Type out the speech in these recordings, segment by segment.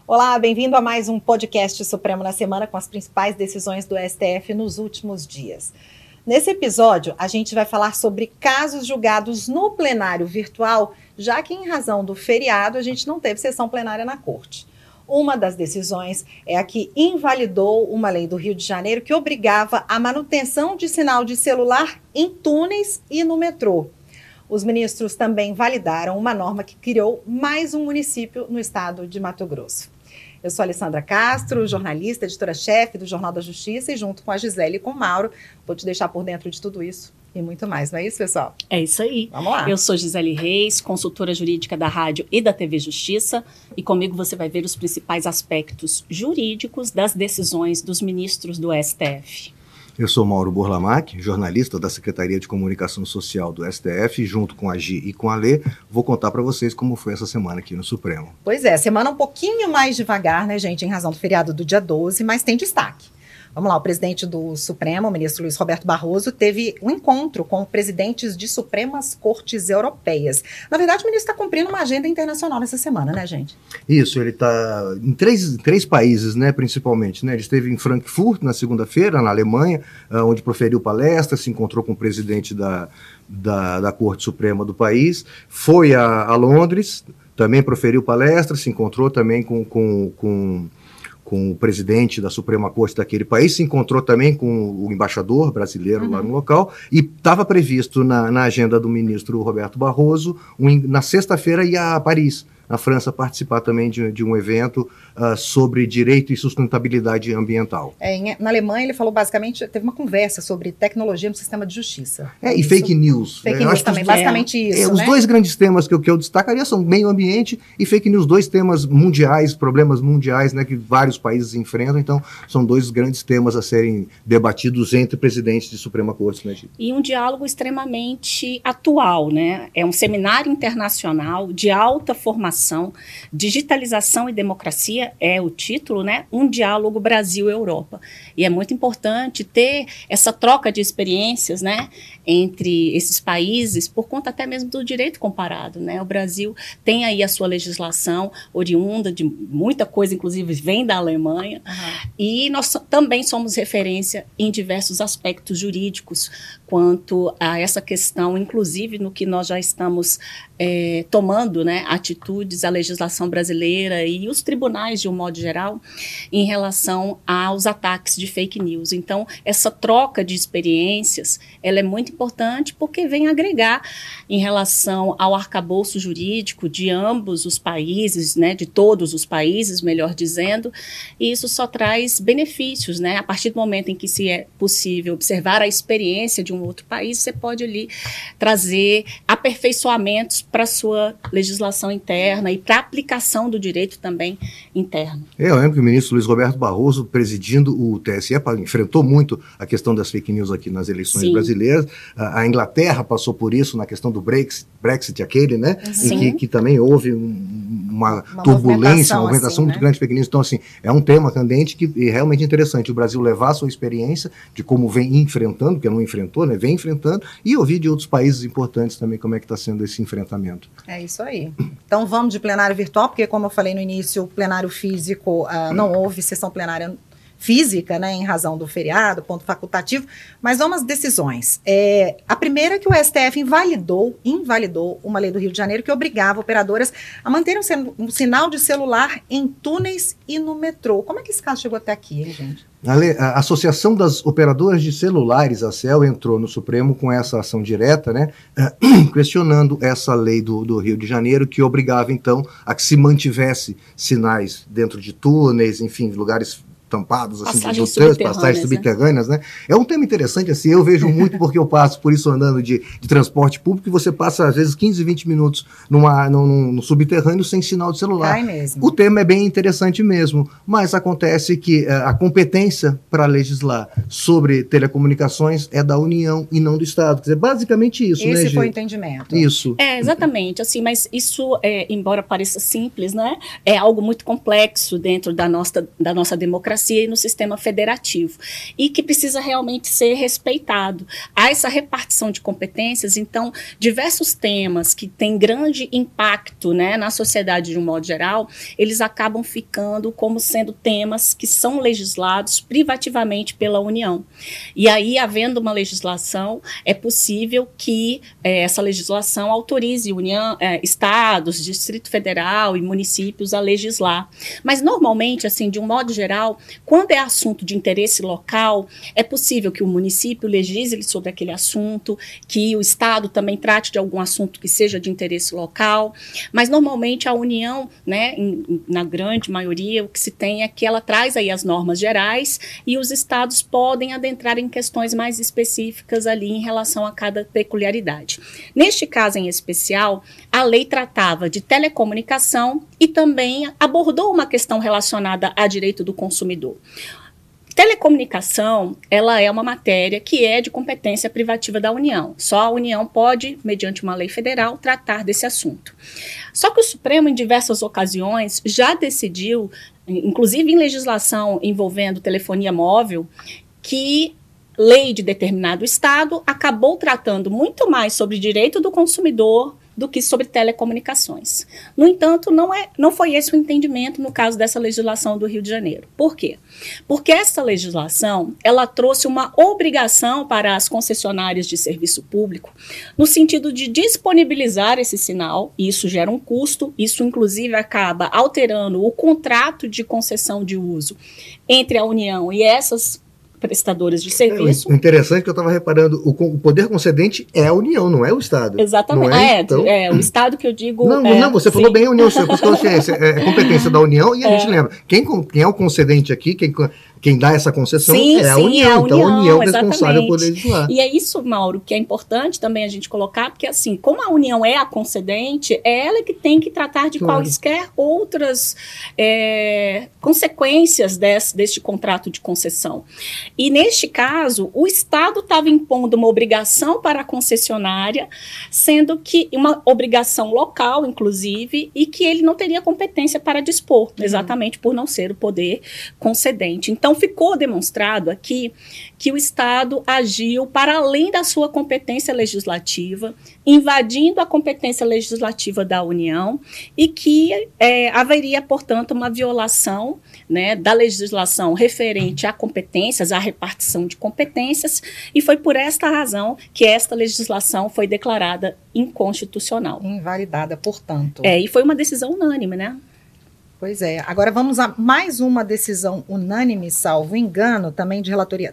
Olá, bem-vindo a mais um podcast Supremo na Semana com as principais decisões do STF nos últimos dias. Nesse episódio, a gente vai falar sobre casos julgados no plenário virtual, já que em razão do feriado a gente não teve sessão plenária na Corte. Uma das decisões é a que invalidou uma lei do Rio de Janeiro que obrigava a manutenção de sinal de celular em túneis e no metrô. Os ministros também validaram uma norma que criou mais um município no estado de Mato Grosso. Eu sou a Alessandra Castro, jornalista, editora-chefe do Jornal da Justiça, e junto com a Gisele e com o Mauro, vou te deixar por dentro de tudo isso e muito mais, não é isso, pessoal? É isso aí. Vamos lá. Eu sou Gisele Reis, consultora jurídica da Rádio e da TV Justiça, e comigo você vai ver os principais aspectos jurídicos das decisões dos ministros do STF. Eu sou Mauro Borlamac, jornalista da Secretaria de Comunicação Social do STF, junto com a Gi e com a Lê, vou contar para vocês como foi essa semana aqui no Supremo. Pois é, semana um pouquinho mais devagar, né, gente, em razão do feriado do dia 12, mas tem destaque. Vamos lá, o presidente do Supremo, o ministro Luiz Roberto Barroso, teve um encontro com presidentes de Supremas Cortes Europeias. Na verdade, o ministro está cumprindo uma agenda internacional nessa semana, né, gente? Isso, ele está em três países, né, principalmente, né? Ele esteve em Frankfurt na segunda-feira, na Alemanha, onde proferiu palestra, se encontrou com o presidente da Corte Suprema do país, foi a Londres, também proferiu palestra, se encontrou também com o presidente da Suprema Corte daquele país, se encontrou também com o embaixador brasileiro lá no local, e estava previsto na agenda do ministro Roberto Barroso, na sexta-feira, ir a Paris, na França, participar também de um evento sobre direito e sustentabilidade ambiental. Na Alemanha, ele falou basicamente, teve uma conversa sobre tecnologia no sistema de justiça. E fake news. Fake news também, basicamente isso, Os dois grandes temas que eu destacaria são meio ambiente e fake news, dois temas mundiais, problemas mundiais, né, que vários países enfrentam, então são dois grandes temas a serem debatidos entre presidentes de Suprema Corte. Né? E um diálogo extremamente atual, né? É um seminário internacional de alta formação, digitalização e democracia é o título, né? Um diálogo Brasil-Europa. E é muito importante ter essa troca de experiências, né, entre esses países, por conta até mesmo do direito comparado, né? O Brasil tem aí a sua legislação oriunda de muita coisa, inclusive vem da Alemanha, e nós também somos referência em diversos aspectos jurídicos quanto a essa questão, inclusive no que nós já estamos tomando, né, atitudes, a legislação brasileira e os tribunais de um modo geral em relação aos ataques de fake news. Então, essa troca de experiências, ela é muito importante porque vem agregar em relação ao arcabouço jurídico de ambos os países, né, de todos os países, melhor dizendo, e isso só traz benefícios, né? A partir do momento em que se é possível observar a experiência de um outro país, você pode ali trazer aperfeiçoamentos para a sua legislação interna e para a aplicação do direito também interno. Eu lembro que o ministro Luiz Roberto Barroso, presidindo o TSE, enfrentou muito a questão das fake news aqui nas eleições brasileiras. A Inglaterra passou por isso na questão do Brexit aquele, né? Em que também houve uma turbulência, uma movimentação muito grande de fake news. Então, assim, é um tema candente que é realmente interessante o Brasil levar a sua experiência de como vem enfrentando, porque não enfrentou, né? Vem enfrentando, e ouvir de outros países importantes também como é que está sendo esse enfrentamento. É isso aí. Então vamos de plenário virtual, porque como eu falei no início, o plenário físico não houve sessão plenária física, né, em razão do feriado, ponto facultativo, mas vamos às decisões. A primeira é que o STF invalidou uma lei do Rio de Janeiro que obrigava operadoras a manter um sinal de celular em túneis e no metrô. Como é que esse caso chegou até aqui, hein, gente? A Associação das Operadoras de Celulares, a ACEL, entrou no Supremo com essa ação direta, né, questionando essa lei do Rio de Janeiro que obrigava, então, a que se mantivesse sinais dentro de túneis, enfim, lugares tampados, assim, passagens subterrâneas, né? É um tema interessante, assim, eu vejo muito porque eu passo por isso andando de transporte público e você passa, às vezes, 15, 20 minutos num subterrâneo sem sinal de celular. Mesmo. O tema é bem interessante mesmo, mas acontece que a competência para legislar sobre telecomunicações é da União e não do Estado. Quer dizer, basicamente isso, né, Gi? Esse foi o entendimento. Isso. Exatamente, assim, mas isso, embora pareça simples, né, é algo muito complexo dentro da nossa democracia. democracia e no sistema federativo, e que precisa realmente ser respeitado. Há essa repartição de competências, então, diversos temas que têm grande impacto, né, na sociedade de um modo geral, eles acabam ficando como sendo temas que são legislados privativamente pela União. E aí, havendo uma legislação, é possível que essa legislação autorize União, estados, Distrito Federal e municípios a legislar. Mas, normalmente, assim, de um modo geral, quando é assunto de interesse local, é possível que o município legisle sobre aquele assunto, que o Estado também trate de algum assunto que seja de interesse local, mas normalmente a União, né, na grande maioria, o que se tem é que ela traz aí as normas gerais e os Estados podem adentrar em questões mais específicas ali em relação a cada peculiaridade. Neste caso em especial, a lei tratava de telecomunicação e também abordou uma questão relacionada a direito do consumidor. Telecomunicação, ela é uma matéria que é de competência privativa da União. Só a União pode, mediante uma lei federal, tratar desse assunto. Só que o Supremo, em diversas ocasiões, já decidiu, inclusive em legislação envolvendo telefonia móvel, que lei de determinado estado acabou tratando muito mais sobre direito do consumidor do que sobre telecomunicações. No entanto, não foi esse o entendimento no caso dessa legislação do Rio de Janeiro. Por quê? Porque essa legislação, ela trouxe uma obrigação para as concessionárias de serviço público, no sentido de disponibilizar esse sinal, e isso gera um custo, isso inclusive acaba alterando o contrato de concessão de uso entre a União e essas prestadoras de serviço. O interessante é que eu estava reparando, o poder concedente é a União, não é o Estado. Exatamente. Não é? Então... o Estado que eu digo... Não, você falou bem a União, é competência da União, e a gente lembra, quem é o concedente aqui, quem dá essa concessão é a União, então a União é responsável por legislar. E é isso, Mauro, que é importante também a gente colocar, porque assim, como a União é a concedente, é ela que tem que tratar de quaisquer outras consequências deste contrato de concessão. E neste caso, o Estado estava impondo uma obrigação para a concessionária, sendo que uma obrigação local, inclusive, e que ele não teria competência para dispor, exatamente por não ser o poder concedente. Então, ficou demonstrado aqui que o Estado agiu para além da sua competência legislativa, invadindo a competência legislativa da União e que haveria, portanto, uma violação, né, da legislação referente a competências, à repartição de competências, e foi por esta razão que esta legislação foi declarada inconstitucional. Invalidada, portanto. E foi uma decisão unânime, né? Pois é. Agora vamos a mais uma decisão unânime, salvo engano, também de relatoria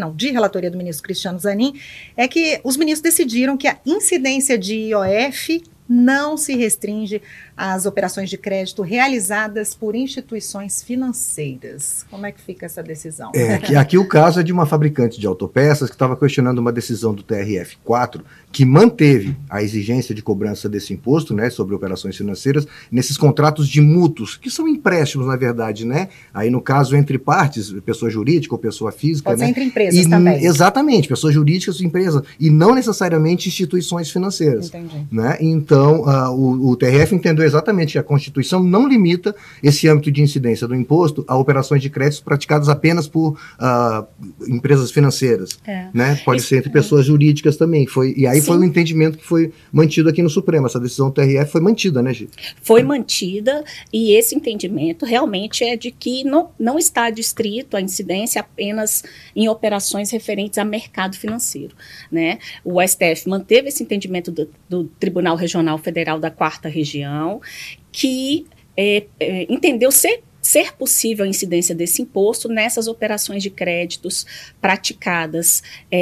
do ministro Cristiano Zanin, é que os ministros decidiram que a incidência de IOF não se restringe às operações de crédito realizadas por instituições financeiras. Como é que fica essa decisão? Aqui o caso é de uma fabricante de autopeças que estava questionando uma decisão do TRF4 que manteve a exigência de cobrança desse imposto, né, sobre operações financeiras, nesses contratos de mútuos, que são empréstimos, na verdade, né? Aí, no caso, entre partes, pessoa jurídica ou pessoa física. Pode ser entre empresas também. Exatamente, pessoas jurídicas e empresas, e não necessariamente instituições financeiras. Entendi. Né? Então, o TRF entendeu exatamente que a Constituição não limita esse âmbito de incidência do imposto a operações de créditos praticadas apenas por empresas financeiras. Né? Pode ser entre pessoas jurídicas também. E aí foi o entendimento que foi mantido aqui no Supremo. Essa decisão do TRF foi mantida, né, Gi? Foi mantida, e esse entendimento realmente é de que não está distrito a incidência apenas em operações referentes a mercado financeiro. Né? O STF manteve esse entendimento do Tribunal Regional Federal da 4ª Região, que entendeu ser possível a incidência desse imposto nessas operações de créditos praticadas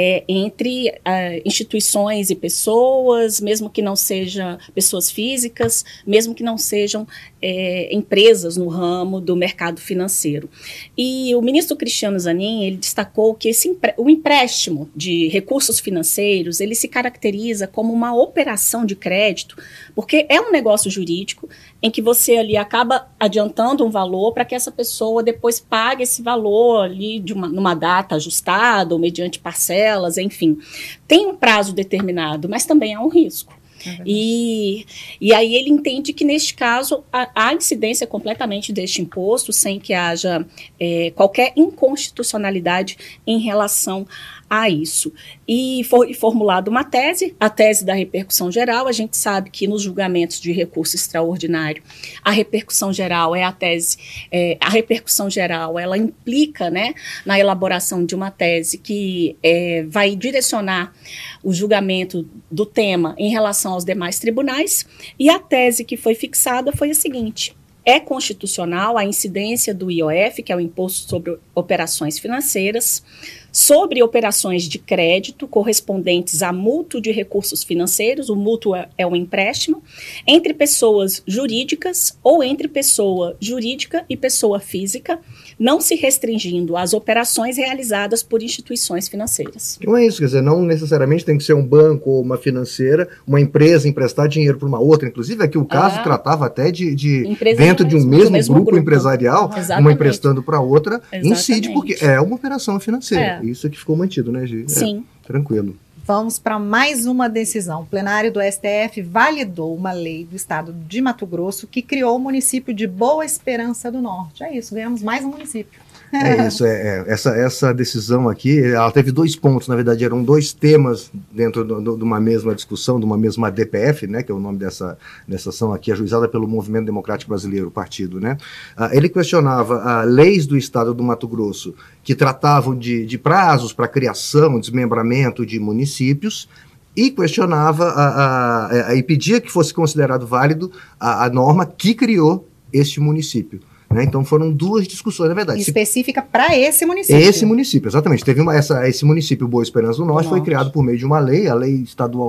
entre instituições e pessoas, mesmo que não sejam pessoas físicas, mesmo que não sejam empresas no ramo do mercado financeiro. E o ministro Cristiano Zanin, ele destacou que o empréstimo de recursos financeiros, ele se caracteriza como uma operação de crédito, porque é um negócio jurídico em que você ali acaba adiantando um valor para que essa pessoa depois pague esse valor ali numa data ajustada ou mediante parcelas, enfim. Tem um prazo determinado, mas também há um risco. E aí ele entende que, neste caso, a incidência completamente deste imposto, sem que haja qualquer inconstitucionalidade em relação a isso. E foi formulada uma tese, a tese da repercussão geral. A gente sabe que nos julgamentos de recurso extraordinário, a repercussão geral é a tese, a repercussão geral, ela implica, né, na elaboração de uma tese que vai direcionar o julgamento do tema em relação aos demais tribunais, e a tese que foi fixada foi a seguinte: é constitucional a incidência do IOF, que é o Imposto sobre Operações Financeiras, sobre operações de crédito correspondentes a mútuo de recursos financeiros, o mútuo é um empréstimo, entre pessoas jurídicas ou entre pessoa jurídica e pessoa física, não se restringindo às operações realizadas por instituições financeiras. Não é isso, quer dizer, não necessariamente tem que ser um banco ou uma financeira, uma empresa emprestar dinheiro para uma outra. Inclusive, aqui o caso tratava até de dentro de um mesmo grupo empresarial, uma emprestando para outra, incide, porque é uma operação financeira. Isso aqui ficou mantido, né, Gi? Sim. Tranquilo. Vamos para mais uma decisão. O plenário do STF validou uma lei do estado de Mato Grosso que criou o município de Boa Esperança do Norte. É isso, ganhamos mais um município. É isso, essa decisão aqui, ela teve 2 pontos, na verdade eram 2 temas dentro de uma mesma discussão, de uma mesma DPF, né, que é o nome dessa ação aqui, ajuizada pelo Movimento Democrático Brasileiro, o partido, né. Ele questionava leis do estado do Mato Grosso que tratavam de prazos para criação, desmembramento de municípios, e questionava e pedia que fosse considerado válido a norma que criou este município. Né? Então foram 2 discussões, na verdade. Específica para esse município. Esse município, exatamente. Teve esse município Boa Esperança do Norte foi criado por meio de uma lei, a Lei Estadual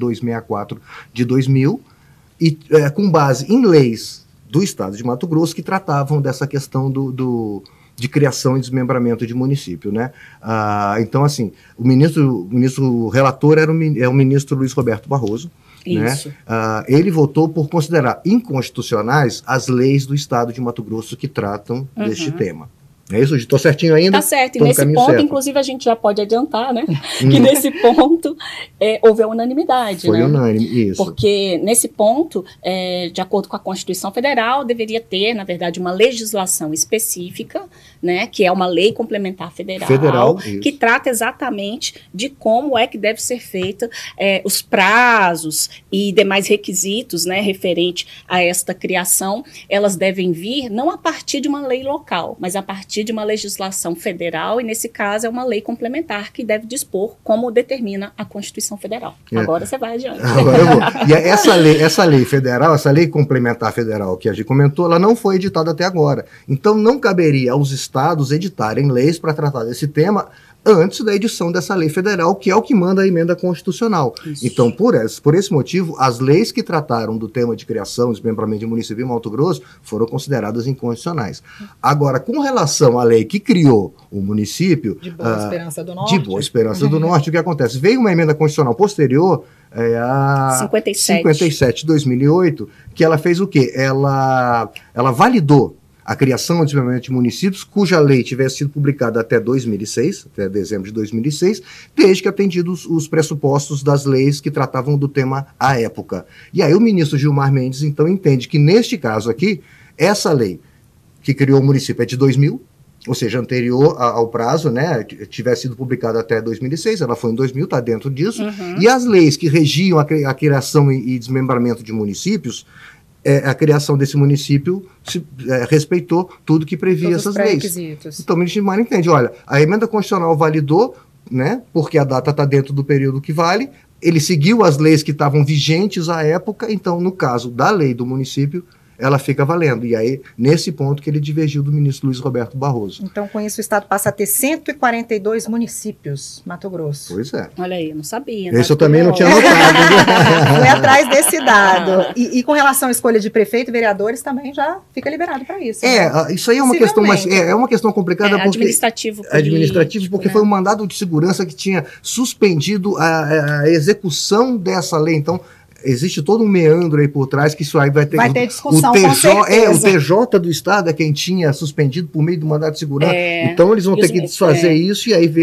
7264 de 2000, e com base em leis do estado de Mato Grosso que tratavam dessa questão de criação e desmembramento de município, né? Então, assim, o ministro relator é o ministro Luiz Roberto Barroso. Isso. Né? Ele votou por considerar inconstitucionais as leis do estado de Mato Grosso que tratam deste tema. É isso? Estou certinho ainda? Está certo. E nesse ponto, certo. Inclusive, a gente já pode adiantar, né? Que nesse ponto houve a unanimidade. Foi né? unânime, isso. Porque nesse ponto, de acordo com a Constituição Federal, deveria ter, na verdade, uma legislação específica, né? Que é uma lei complementar federal que trata exatamente de como é que deve ser feita os prazos e demais requisitos, né? Referente a esta criação, elas devem vir não a partir de uma lei local, mas a partir de uma legislação federal, e nesse caso é uma lei complementar que deve dispor como determina a Constituição Federal. Agora você vai adiante. Agora eu vou. E essa lei federal, essa lei complementar federal que a gente comentou, ela não foi editada até agora. Então não caberia aos estados editarem leis para tratar desse tema antes da edição dessa lei federal, que é o que manda a emenda constitucional. Isso. Então, por esse motivo, as leis que trataram do tema de criação e desmembramento de município em Mato Grosso foram consideradas inconstitucionais. Agora, com relação à lei que criou o município de Boa Esperança do Norte, do Norte, o que acontece? Veio uma emenda constitucional posterior, a 57 de 2008, que ela fez o quê? Ela validou a criação e desenvolvimento de municípios cuja lei tivesse sido publicada até 2006, até dezembro de 2006, desde que atendidos os pressupostos das leis que tratavam do tema à época. E aí o ministro Gilmar Mendes, então, entende que, neste caso aqui, essa lei que criou o município é de 2000, ou seja, anterior ao prazo, né, tivesse sido publicada até 2006, ela foi em 2000, está dentro disso, e as leis que regiam a criação e desmembramento de municípios, a criação desse município respeitou tudo que previa essas leis. Então o ministro Gilmar entende, olha, a emenda constitucional validou, né, porque a data está dentro do período que vale, ele seguiu as leis que estavam vigentes à época, então no caso da lei do município, ela fica valendo. E aí, nesse ponto que ele divergiu do ministro Luiz Roberto Barroso. Então, com isso, o estado passa a ter 142 municípios, Mato Grosso. Pois é. Olha aí, eu não sabia. Esse eu também não tinha notado. Fui atrás desse dado. E com relação à escolha de prefeito e vereadores, também já fica liberado para isso. Né? Isso aí é uma questão, mas é uma questão complicada. Porque administrativo, porque foi um mandado de segurança que tinha suspendido a execução dessa lei. Então, existe todo um meandro aí por trás que isso aí vai ter discussão, o TJ do Estado é quem tinha suspendido por meio do mandato de segurança. Então eles vão ter que desfazer isso e aí ver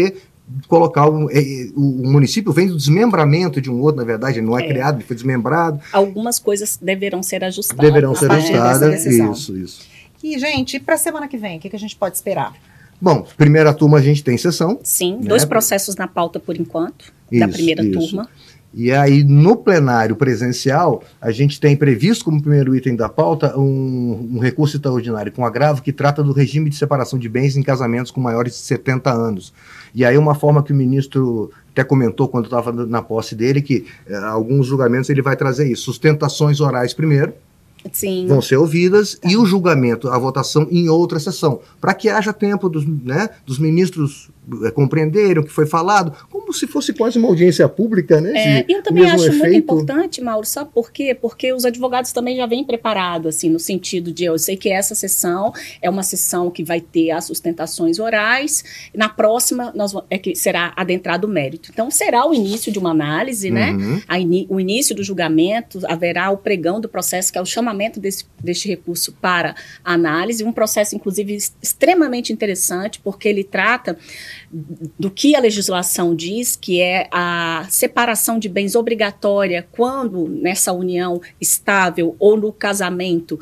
colocar o município vem do desmembramento de um outro, na verdade, ele não é criado, ele foi desmembrado. Algumas coisas deverão ser ajustadas. Deverão ser ajustadas, isso. E, gente, para a semana que vem, o que a gente pode esperar? Bom, primeira turma a gente tem sessão. Sim, 2 processos na pauta por enquanto, da primeira turma. E aí, no plenário presencial, a gente tem previsto como primeiro item da pauta um recurso extraordinário com agravo que trata do regime de separação de bens em casamentos com maiores de 70 anos. E aí uma forma que o ministro até comentou quando estava na posse dele, que alguns julgamentos ele vai trazer isso, sustentações orais primeiro, Sim. vão ser ouvidas, e o julgamento, a votação em outra sessão, para que haja tempo dos ministros compreenderem o que foi falado, como se fosse quase uma audiência pública, né? Eu também acho muito importante, Mauro, sabe por quê? Porque os advogados também já vêm preparados, assim, no sentido de, eu sei que essa sessão é uma sessão que vai ter as sustentações orais, na próxima que será adentrado o mérito. Então, será o início de uma análise, né? O início do julgamento, haverá o pregão do processo, que é o chamamento deste recurso para análise, um processo, inclusive, extremamente interessante, porque ele trata do que a legislação diz, que é a separação de bens obrigatória quando nessa união estável ou no casamento,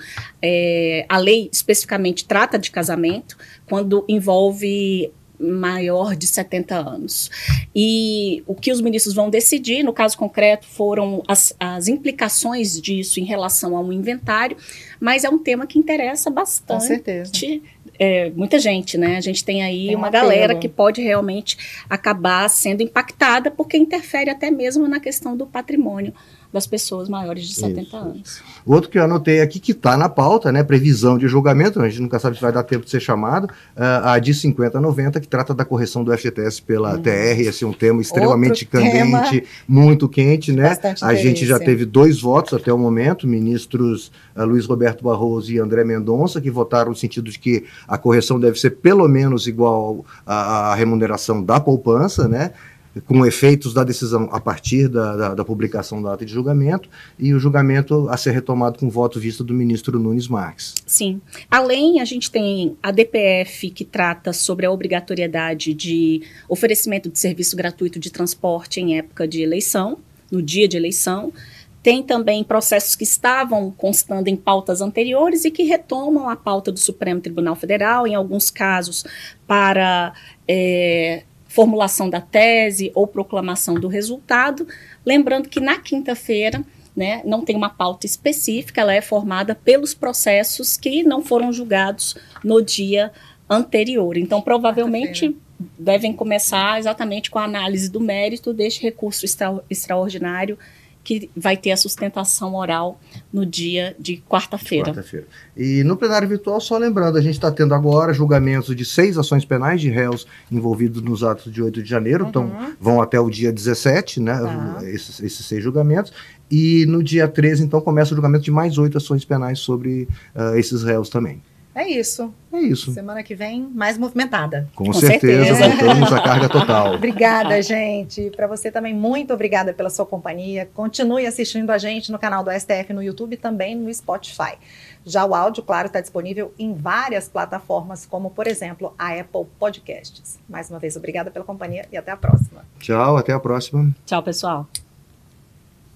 a lei especificamente trata de casamento, quando envolve maior de 70 anos. E o que os ministros vão decidir, no caso concreto, foram as implicações disso em relação a um inventário, mas é um tema que interessa bastante. Com certeza. Muita gente, né? A gente tem aí uma galera que pode realmente acabar sendo impactada, porque interfere até mesmo na questão do patrimônio das pessoas maiores de 70 anos. O outro que eu anotei aqui, que está na pauta, né, previsão de julgamento, a gente nunca sabe se vai dar tempo de ser chamado, a de 5090, que trata da correção do FGTS pela TR, esse é um tema extremamente candente, muito quente, né? A gente já teve 2 votos até o momento, ministros Luiz Roberto Barroso e André Mendonça, que votaram no sentido de que a correção deve ser pelo menos igual à remuneração da poupança, né? Com efeitos da decisão a partir da publicação da ata de julgamento, e o julgamento a ser retomado com voto visto do ministro Nunes Marques. Sim. Além, a gente tem a DPF, que trata sobre a obrigatoriedade de oferecimento de serviço gratuito de transporte em época de eleição, no dia de eleição. Tem também processos que estavam constando em pautas anteriores e que retomam a pauta do Supremo Tribunal Federal, em alguns casos para formulação da tese ou proclamação do resultado. Lembrando que na quinta-feira, né, não tem uma pauta específica, ela é formada pelos processos que não foram julgados no dia anterior. Então, provavelmente devem começar exatamente com a análise do mérito deste recurso extraordinário, que vai ter a sustentação oral no dia de quarta-feira. E no plenário virtual, só lembrando, a gente está tendo agora julgamentos de 6 ações penais de réus envolvidos nos atos de 8 de janeiro, então vão até o dia 17, né, esses 6 julgamentos, e no dia 13, então, começa o julgamento de mais 8 ações penais sobre esses réus também. É isso. Semana que vem, mais movimentada. Com certeza, voltamos à carga total. Obrigada, gente. Para você também, muito obrigada pela sua companhia. Continue assistindo a gente no canal do STF no YouTube e também no Spotify. Já o áudio, claro, está disponível em várias plataformas, como, por exemplo, a Apple Podcasts. Mais uma vez, obrigada pela companhia e até a próxima. Tchau, até a próxima. Tchau, pessoal.